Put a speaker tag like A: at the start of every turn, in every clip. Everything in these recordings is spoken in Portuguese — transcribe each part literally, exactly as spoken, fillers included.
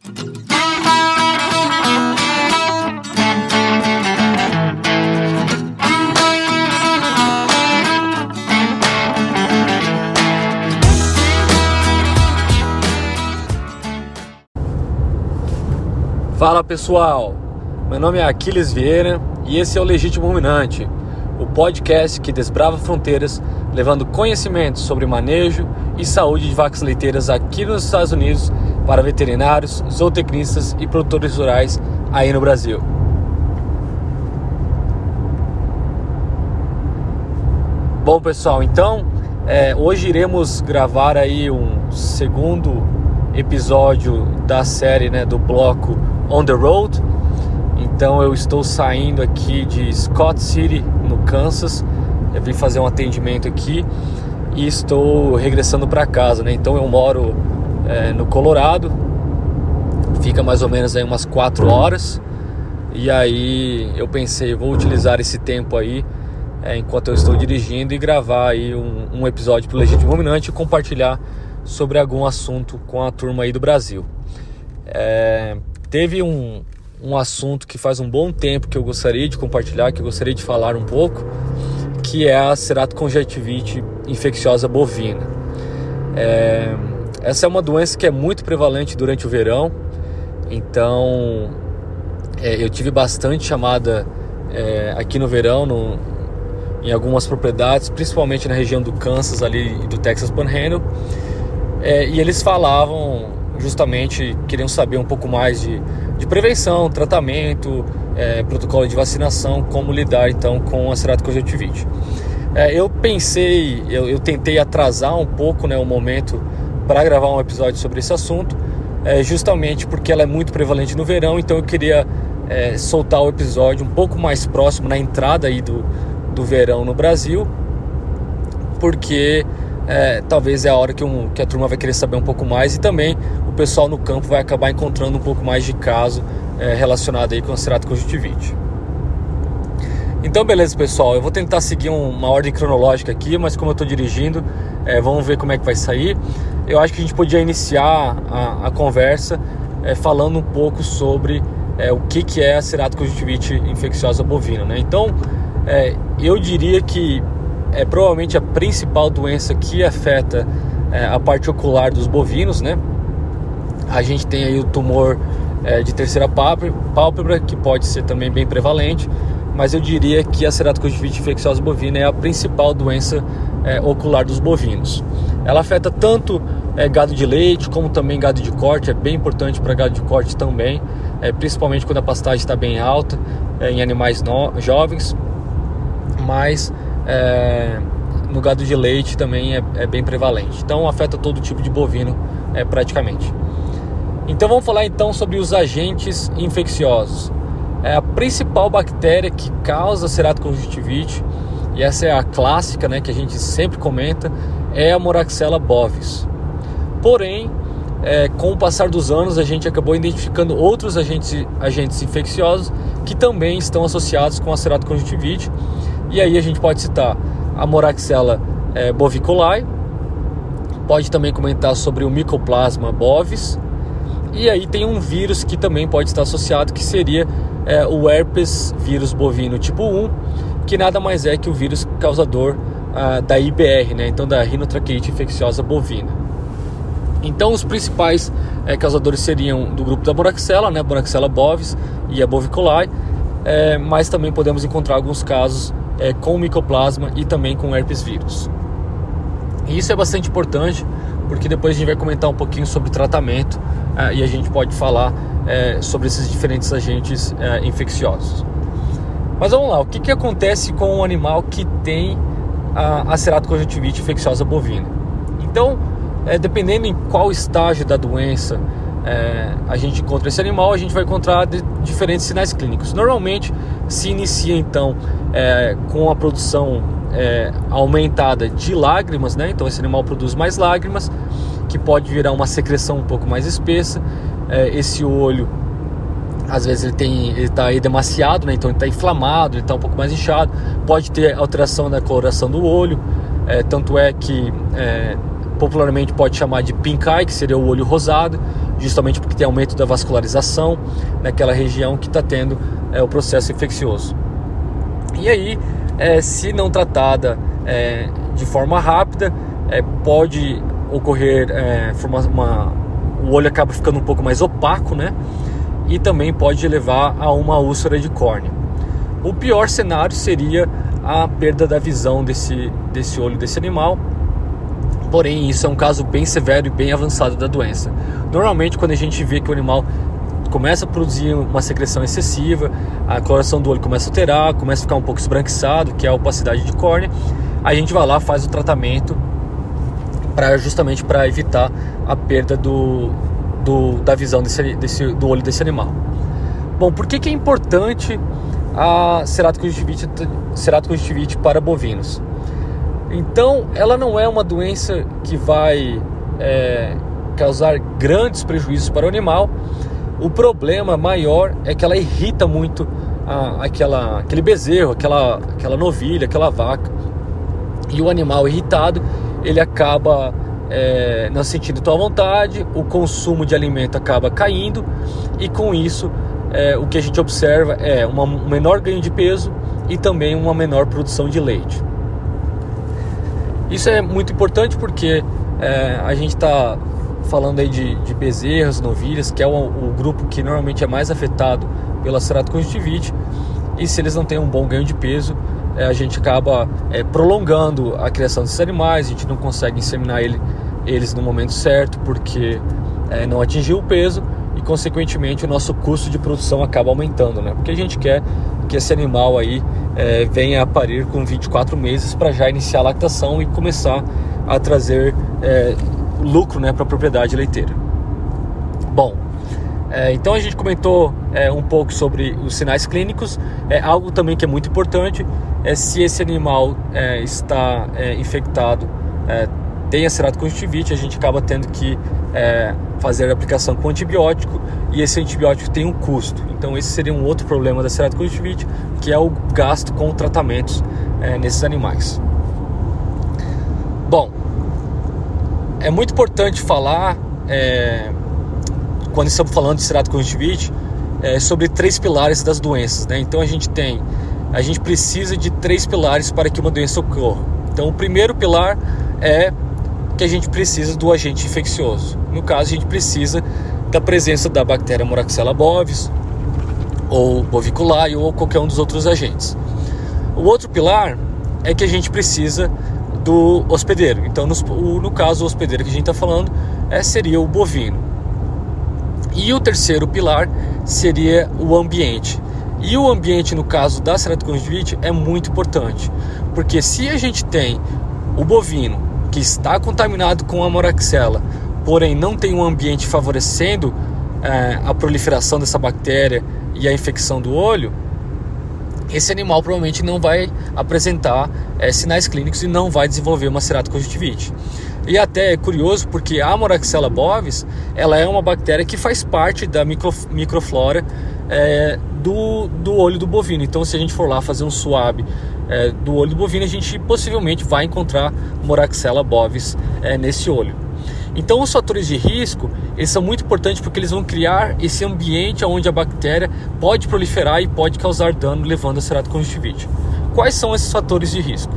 A: Fala pessoal, meu nome é Aquiles Vieira e esse é o Legítimo Ruminante, o podcast que desbrava fronteiras, levando conhecimento sobre manejo e saúde de vacas leiteiras aqui nos Estados Unidos para veterinários, zootecnistas e produtores rurais aí no Brasil. Bom pessoal, então é, hoje iremos gravar aí um segundo episódio da série, né, do bloco On the Road. Então eu estou saindo aqui de Scott City, no Kansas. Eu vim fazer um atendimento aqui e estou regressando para casa, né? Então eu moro é, no Colorado. Fica mais ou menos aí umas quatro horas. E aí eu pensei, vou utilizar esse tempo aí é, enquanto eu estou dirigindo e gravar aí um, um episódio para o Legítimo Ruminante e compartilhar sobre algum assunto com a turma aí do Brasil. É, teve um, um assunto que faz um bom tempo que eu gostaria de compartilhar, que eu gostaria de falar um pouco, que é a ceratoconjuntivite infecciosa bovina. É, essa é uma doença que é muito prevalente durante o verão, então é, eu tive bastante chamada é, aqui no verão, no, em algumas propriedades, principalmente na região do Kansas ali, e do Texas Panhandle. É, e eles falavam, justamente, queriam saber um pouco mais de, de prevenção, tratamento, é, protocolo de vacinação, como lidar então com a ceratoconjuntivite. É, eu pensei, eu, eu tentei atrasar um pouco, né, o momento para gravar um episódio sobre esse assunto, é, justamente porque ela é muito prevalente no verão, então eu queria é, soltar o episódio um pouco mais próximo, na entrada aí do, do verão no Brasil, porque É, talvez é a hora que, um, que a turma vai querer saber um pouco mais, e também o pessoal no campo vai acabar encontrando um pouco mais de caso é, relacionado aí com a ceratoconjuntivite. Então beleza pessoal, eu vou tentar seguir um, uma ordem cronológica aqui, mas como eu estou dirigindo, é, vamos ver como é que vai sair. Eu acho que a gente podia iniciar a, a conversa é, falando um pouco sobre é, o que, que é a ceratoconjuntivite infecciosa bovina, né? Então é, eu diria que é provavelmente a principal doença que afeta é, a parte ocular dos bovinos, né? A gente tem aí o tumor é, de terceira pálpebra, que pode ser também bem prevalente, mas eu diria que a ceratoconjuntivite infecciosa bovina é a principal doença é, ocular dos bovinos. Ela afeta tanto é, gado de leite, como também gado de corte. É bem importante para gado de corte também, é, principalmente quando a pastagem está bem alta, é, em animais no, jovens, mas É, no gado de leite também é, é bem prevalente. Então afeta todo tipo de bovino é, praticamente. Então vamos falar então sobre os agentes infecciosos. É, a principal bactéria que causa ceratoconjuntivite, e essa é a clássica, né, que a gente sempre comenta, é a Moraxella bovis. Porém, é, com o passar dos anos a gente acabou identificando outros agentes, agentes infecciosos que também estão associados com a ceratoconjuntivite. E aí a gente pode citar a Moraxella é, bovicoli, pode também comentar sobre o Mycoplasma bovis, e aí tem um vírus que também pode estar associado, que seria é, o herpes vírus bovino tipo um, que nada mais é que o vírus causador ah, da I B R, né? Então da rinotraqueite infecciosa bovina. Então os principais é, causadores seriam do grupo da Moraxella, né? Moraxella bovis e a bovicoli, é, mas também podemos encontrar alguns casos É, com o micoplasma e também com o herpes vírus. E isso é bastante importante, porque depois a gente vai comentar um pouquinho sobre tratamento é, e a gente pode falar é, sobre esses diferentes agentes é, infecciosos. Mas vamos lá, o que, que acontece com um animal que tem a, a ceratoconjuntivite infecciosa bovina? Então, é, dependendo em qual estágio da doença é, a gente encontra esse animal, a gente vai encontrar de, diferentes sinais clínicos. Normalmente se inicia então é, com a produção é, aumentada de lágrimas, né? Então esse animal produz mais lágrimas, que pode virar uma secreção um pouco mais espessa. É, esse olho, às vezes ele tem, ele está edemaciado, né? Então ele está inflamado, ele está um pouco mais inchado, pode ter alteração na coloração do olho, é, tanto é que é, popularmente pode chamar de pink eye, que seria o olho rosado, justamente porque tem aumento da vascularização naquela região que está tendo é, o processo infeccioso. E aí, é, se não tratada é, de forma rápida, é, pode ocorrer é, uma, uma, o olho acaba ficando um pouco mais opaco, né? E também pode levar a uma úlcera de córnea. O pior cenário seria a perda da visão desse, desse olho desse animal. Porém, isso é um caso bem severo e bem avançado da doença. Normalmente, quando a gente vê que o animal começa a produzir uma secreção excessiva, a coloração do olho começa a alterar, começa a ficar um pouco esbranquiçado, que é a opacidade de córnea, a gente vai lá, faz o tratamento pra, justamente para evitar a perda do, do, da visão desse, desse, do olho desse animal. Bom, por que, que é importante a ceratoconjuntivite, ceratoconjuntivite para bovinos? Então, ela não é uma doença que vai é, causar grandes prejuízos para o animal. O problema maior é que ela irrita muito a, aquela, aquele bezerro, aquela, aquela novilha, aquela vaca. E o animal irritado, ele acaba é, não sentindo tão à vontade, o consumo de alimento acaba caindo, e com isso é, o que a gente observa é uma, um menor ganho de peso e também uma menor produção de leite. Isso é muito importante porque é, a gente está falando aí de, de bezerros, novilhas, que é o, o grupo que normalmente é mais afetado pela ceratoconjuntivite, e se eles não têm um bom ganho de peso, é, a gente acaba é, prolongando a criação desses animais, a gente não consegue inseminar ele, eles no momento certo porque é, não atingiu o peso, e consequentemente o nosso custo de produção acaba aumentando, né? Porque a gente quer que esse animal aí é, venha a parir com vinte e quatro meses para já iniciar a lactação e começar a trazer é, lucro, né, para a propriedade leiteira. Bom, é, então a gente comentou é, um pouco sobre os sinais clínicos. É algo também que é muito importante é se esse animal é, está é, infectado, é, tem a ceratoconjuntivite, a gente acaba tendo que é, fazer a aplicação com antibiótico, e esse antibiótico tem um custo. Então esse seria um outro problema da ceratoconjuntivite, que é o gasto com tratamentos é, nesses animais. Bom, é muito importante falar, é, quando estamos falando de ceratoconjuntivite, é, sobre três pilares das doenças, né? Então a gente tem, a gente precisa de três pilares para que uma doença ocorra. Então o primeiro pilar é que a gente precisa do agente infeccioso. No caso, a gente precisa da presença da bactéria Moraxella bovis, ou boviculae, ou qualquer um dos outros agentes. O outro pilar é que a gente precisa do hospedeiro. Então, no, no caso, o hospedeiro que a gente está falando é, seria o bovino. E o terceiro pilar seria o ambiente. E o ambiente, no caso da ceratoconjuntivite, é muito importante, porque se a gente tem o bovino que está contaminado com a Moraxella, porém não tem um ambiente favorecendo é, a proliferação dessa bactéria e a infecção do olho, esse animal provavelmente não vai apresentar é, sinais clínicos e não vai desenvolver uma ceratoconjuntivite. E até é curioso porque a Moraxella bovis, ela é uma bactéria que faz parte da micro, microflora é, do, do olho do bovino. Então, se a gente for lá fazer um swab é, do olho do bovino, a gente possivelmente vai encontrar Moraxella bovis é, nesse olho. Então, os fatores de risco, eles são muito importantes porque eles vão criar esse ambiente onde a bactéria pode proliferar e pode causar dano, levando a ceratoconjuntivite. Quais são esses fatores de risco?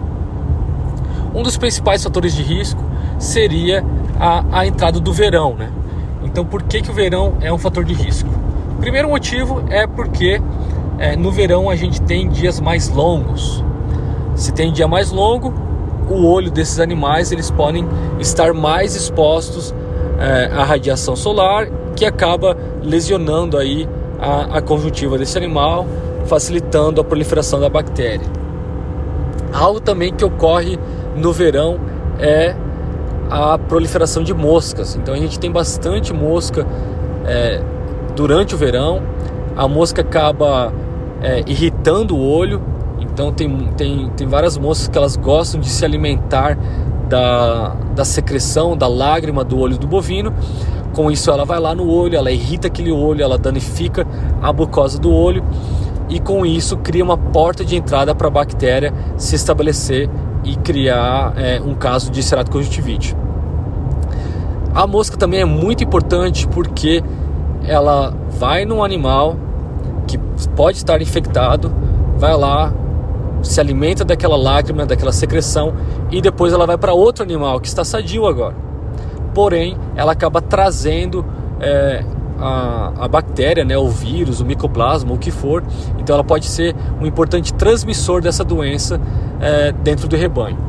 A: Um dos principais fatores de risco seria a, a entrada do verão, né? Então, por que, que o verão é um fator de risco? O primeiro motivo é porque é, no verão a gente tem dias mais longos. Se tem dia mais longo, o olho desses animais eles podem estar mais expostos é, à radiação solar, que acaba lesionando aí a, a conjuntiva desse animal, facilitando a proliferação da bactéria. Algo também que ocorre no verão é a proliferação de moscas. Então a gente tem bastante mosca é, durante o verão. A mosca acaba é, irritando o olho. Então tem, tem, tem várias moscas que elas gostam de se alimentar da, da secreção, da lágrima do olho do bovino. Com isso ela vai lá no olho, ela irrita aquele olho, ela danifica a mucosa do olho, e com isso cria uma porta de entrada para a bactéria se estabelecer e criar é, um caso de ceratoconjuntivite. A mosca também é muito importante porque ela vai num animal que pode estar infectado, vai lá, se alimenta daquela lágrima, daquela secreção, e depois ela vai para outro animal que está sadio agora. Porém, ela acaba trazendo é, a, a bactéria, né, o vírus, o micoplasma, o que for. Então ela pode ser um importante transmissor dessa doença é, dentro do rebanho.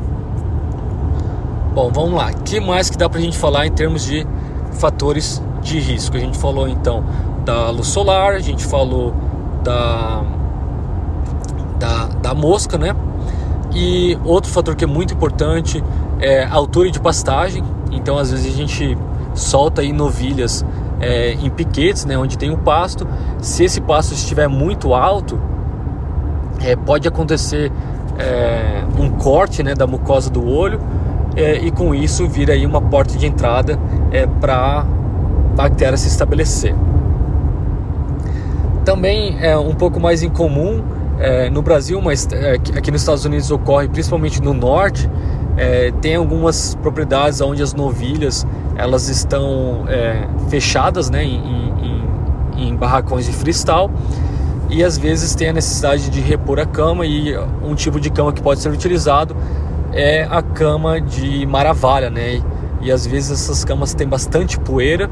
A: Bom, vamos lá. O que mais que dá para a gente falar em termos de fatores de risco? A gente falou então da luz solar, a gente falou da, da, da mosca, né? E outro fator que é muito importante é a altura de pastagem. Então às vezes a gente solta aí novilhas é, em piquetes, né, onde tem o pasto. Se esse pasto estiver muito alto, é, pode acontecer é, um corte, né, da mucosa do olho, é, e com isso vira aí uma porta de entrada é, para a bactéria se estabelecer. Também é um pouco mais incomum é, no Brasil, mas é, aqui nos Estados Unidos ocorre principalmente no norte. É, tem algumas propriedades onde as novilhas elas estão é, fechadas, né, em, em, em barracões de freestyle, e às vezes tem a necessidade de repor a cama, e um tipo de cama que pode ser utilizado é a cama de maravalha, né, e, e às vezes essas camas têm bastante poeira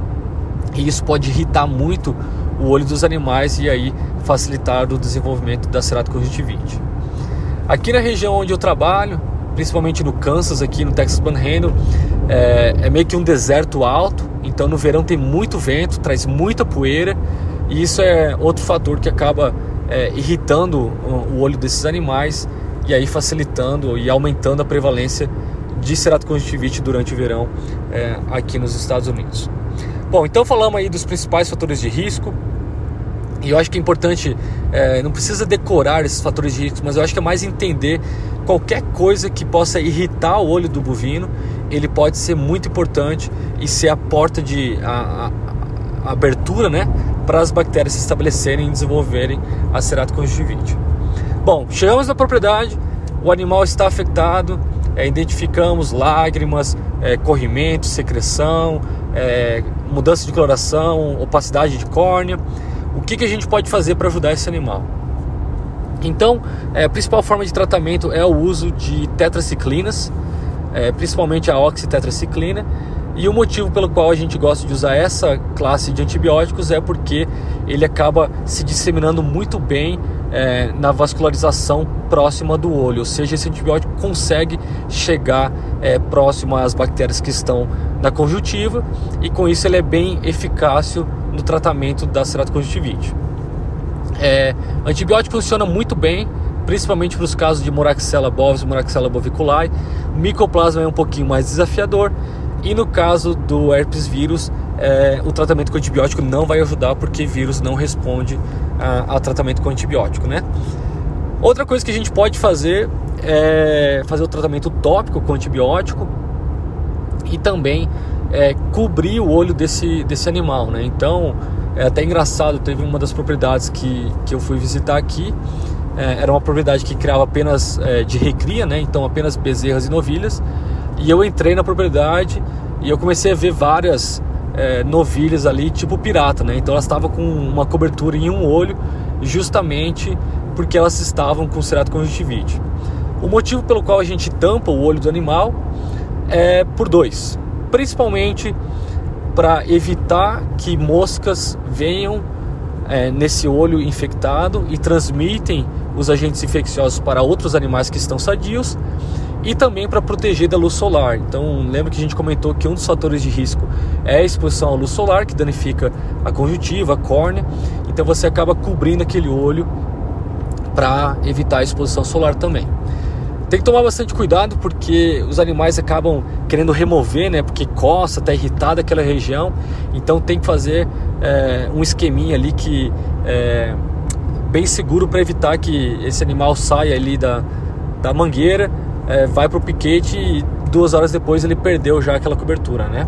A: e isso pode irritar muito o olho dos animais e aí facilitar o desenvolvimento da ceratoconsjuntivite. Aqui na região onde eu trabalho, principalmente no Kansas, aqui no Texas Panhandle, é, é meio que um deserto alto, então no verão tem muito vento, traz muita poeira, e isso é outro fator que acaba é, irritando o, o olho desses animais e aí facilitando e aumentando a prevalência de ceratoconsjuntivite durante o verão é, aqui nos Estados Unidos. Bom, então falamos aí dos principais fatores de risco. E eu acho que é importante, é, não precisa decorar esses fatores de risco, mas eu acho que é mais entender qualquer coisa que possa irritar o olho do bovino. Ele pode ser muito importante e ser a porta de a, a, a abertura, né, para as bactérias se estabelecerem e desenvolverem a ceratoconsjuntivite. Bom, chegamos na propriedade, o animal está afetado, é, identificamos lágrimas, é, corrimento, secreção, é, mudança de coloração, opacidade de córnea. O que, que a gente pode fazer para ajudar esse animal? Então, é, a principal forma de tratamento é o uso de tetraciclinas, é, principalmente a oxitetraciclina. E o motivo pelo qual a gente gosta de usar essa classe de antibióticos é porque ele acaba se disseminando muito bem é, na vascularização próxima do olho. Ou seja, esse antibiótico consegue chegar é, próximo às bactérias que estão na conjuntiva, e com isso ele é bem eficaz no tratamento da ceratoconsjuntivite. É, antibiótico funciona muito bem, principalmente para os casos de Moraxella bovis e Moraxella boviculae. O micoplasma é um pouquinho mais desafiador, e no caso do herpes vírus, é, o tratamento com antibiótico não vai ajudar, porque vírus não responde a, a tratamento com antibiótico, né? Outra coisa que a gente pode fazer é fazer o tratamento tópico com antibiótico e também é, cobrir o olho desse, desse animal, né? Então, é até engraçado, teve uma das propriedades que, que eu fui visitar aqui, é, era uma propriedade que criava apenas é, de recria, né? Então apenas bezerras e novilhas, e eu entrei na propriedade e eu comecei a ver várias é, novilhas ali, tipo pirata, né? Então elas estavam com uma cobertura em um olho, justamente porque elas estavam com ceratoconsjuntivite. O motivo pelo qual a gente tampa o olho do animal é por dois, principalmente para evitar que moscas venham é, nesse olho infectado e transmitem os agentes infecciosos para outros animais que estão sadios, e também para proteger da luz solar. Então lembra que a gente comentou que um dos fatores de risco é a exposição à luz solar, que danifica a conjuntiva, a córnea. Então você acaba cobrindo aquele olho para evitar a exposição solar também. Tem que tomar bastante cuidado, porque os animais acabam querendo remover, né? Porque coça, está irritada aquela região. Então tem que fazer é, um esqueminha ali que é bem seguro, para evitar que esse animal saia ali da, da mangueira, é, vai para o piquete e duas horas depois ele perdeu já aquela cobertura, né?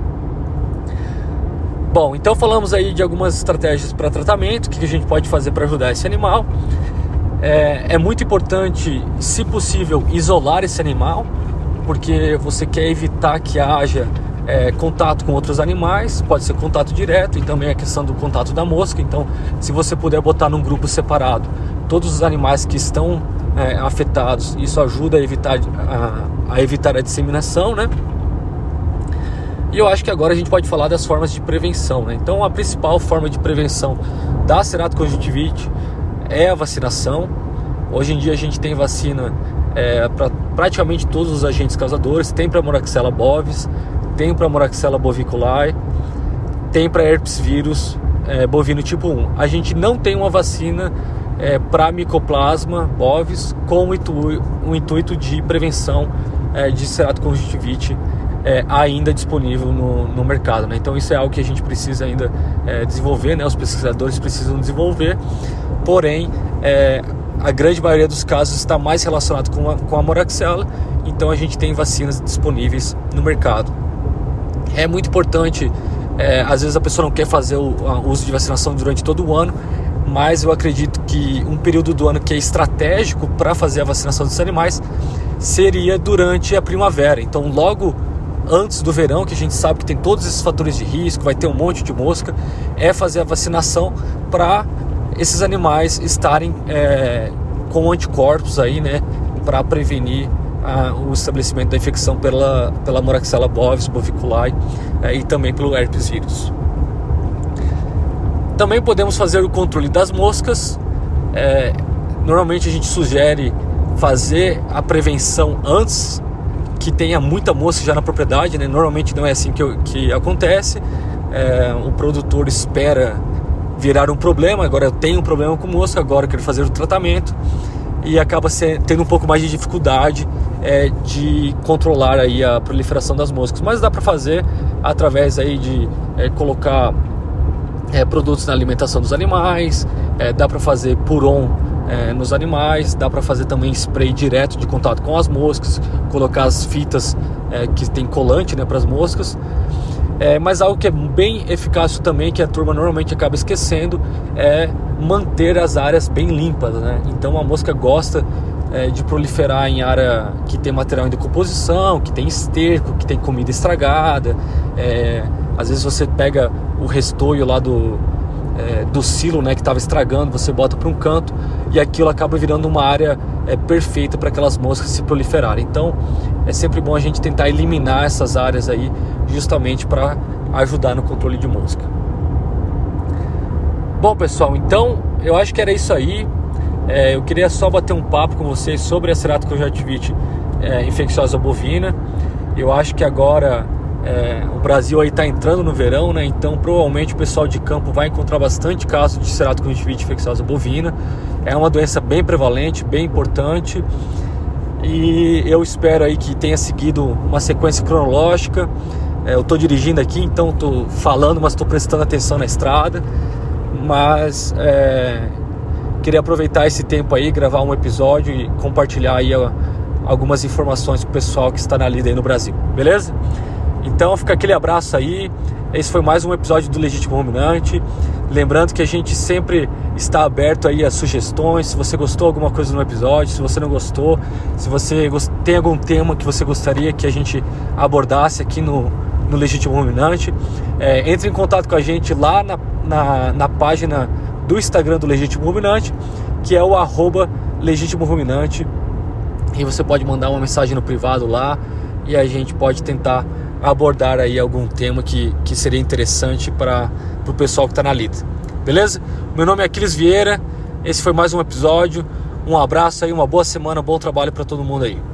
A: Bom, então falamos aí de algumas estratégias para tratamento, o que a gente pode fazer para ajudar esse animal. É, é muito importante, se possível, isolar esse animal, porque você quer evitar que haja é, contato com outros animais, pode ser contato direto, e também a questão do contato da mosca. Então, se você puder botar num grupo separado todos os animais que estão é, afetados, isso ajuda a evitar a, a evitar a disseminação, né? E eu acho que agora a gente pode falar das formas de prevenção, né? Então, a principal forma de prevenção da ceratoconjuntivite é a vacinação. Hoje em dia a gente tem vacina é, para praticamente todos os agentes causadores. Tem para Moraxella bovis, tem para Moraxella boviculae, tem para herpes vírus é, bovino tipo um. A gente não tem uma vacina é, para Mycoplasma bovis com o intuito, o intuito de prevenção é, de ceratoconjuntivite É, ainda disponível no, no mercado, né? Então isso é algo que a gente precisa ainda é, desenvolver, né? Os pesquisadores precisam desenvolver, porém é, a grande maioria dos casos está mais relacionado com a, com a Moraxella, então a gente tem vacinas disponíveis no mercado. É muito importante, é, às vezes a pessoa não quer fazer o, o uso de vacinação durante todo o ano, mas eu acredito que um período do ano que é estratégico para fazer a vacinação dos animais seria durante a primavera. Então logo antes do verão, que a gente sabe que tem todos esses fatores de risco, vai ter um monte de mosca, é fazer a vacinação para esses animais estarem é, com anticorpos aí, né, para prevenir a, o estabelecimento da infecção pela, pela Moraxella bovis, boviculae é, e também pelo herpes vírus. Também podemos fazer o controle das moscas. É, normalmente a gente sugere fazer a prevenção antes que tenha muita mosca já na propriedade, né? Normalmente não é assim que, que acontece. É, o produtor espera virar um problema, agora eu tenho um problema com mosca, agora eu quero fazer o tratamento, e acaba ser, tendo um pouco mais de dificuldade é, de controlar aí a proliferação das moscas. Mas dá para fazer através aí de é, colocar é, produtos na alimentação dos animais, é, dá para fazer puron É, nos animais, dá para fazer também spray direto de contato com as moscas, colocar as fitas é, que tem colante, né, para as moscas. É, mas algo que é bem eficaz também, que a turma normalmente acaba esquecendo, é manter as áreas bem limpas, né? Então a mosca gosta é, de proliferar em área que tem material em decomposição, que tem esterco, que tem comida estragada. É, às vezes você pega o restolho lá do É, do silo, né, que estava estragando, você bota para um canto e aquilo acaba virando uma área é, perfeita para aquelas moscas se proliferarem. Então é sempre bom a gente tentar eliminar essas áreas aí, justamente para ajudar no controle de mosca. Bom, pessoal, então eu acho que era isso aí. É, eu queria só bater um papo com vocês sobre a ceratoconjuntivite é, infecciosa bovina. Eu acho que agora É, o Brasil aí está entrando no verão, né? Então provavelmente o pessoal de campo vai encontrar bastante casos de ceratoconjuntivite infecciosa bovina. É uma doença bem prevalente, bem importante, e eu espero aí que tenha seguido uma sequência cronológica. É, eu estou dirigindo aqui, então estou falando, mas estou prestando atenção na estrada. Mas é, queria aproveitar esse tempo aí, gravar um episódio e compartilhar aí ó, algumas informações com o pessoal que está na lida aí no Brasil, beleza? Então fica aquele abraço aí. Esse foi mais um episódio do Legítimo Ruminante. Lembrando que a gente sempre está aberto aí a sugestões. Se você gostou de alguma coisa no episódio, se você não gostou, se você tem algum tema que você gostaria que a gente abordasse aqui no, no Legítimo Ruminante, é, entre em contato com a gente lá na, na, na página do Instagram do Legítimo Ruminante, que é o arroba Legítimo Ruminante, e você pode mandar uma mensagem no privado lá e a gente pode tentar abordar aí algum tema que, que seria interessante para o pessoal que está na lida, beleza? Meu nome é Aquiles Vieira, esse foi mais um episódio, um abraço aí, uma boa semana, bom trabalho para todo mundo aí.